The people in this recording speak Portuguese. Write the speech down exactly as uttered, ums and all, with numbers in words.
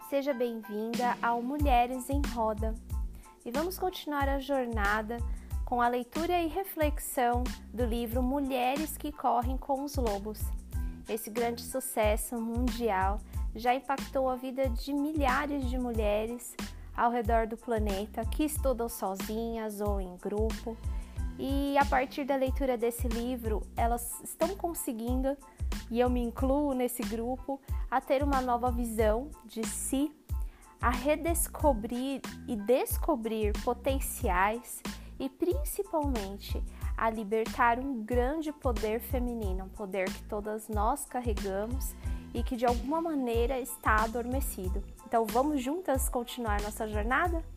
Seja bem-vinda ao Mulheres em Roda e vamos continuar a jornada com a leitura e reflexão do livro Mulheres que Correm com os Lobos. Esse grande sucesso mundial já impactou a vida de milhares de mulheres ao redor do planeta que estudam sozinhas ou em grupo. E a partir da leitura desse livro, elas estão conseguindo, e eu me incluo nesse grupo, a ter uma nova visão de si, a redescobrir e descobrir potenciais e principalmente a libertar um grande poder feminino, um poder que todas nós carregamos e que de alguma maneira está adormecido. Então vamos juntas continuar nossa jornada?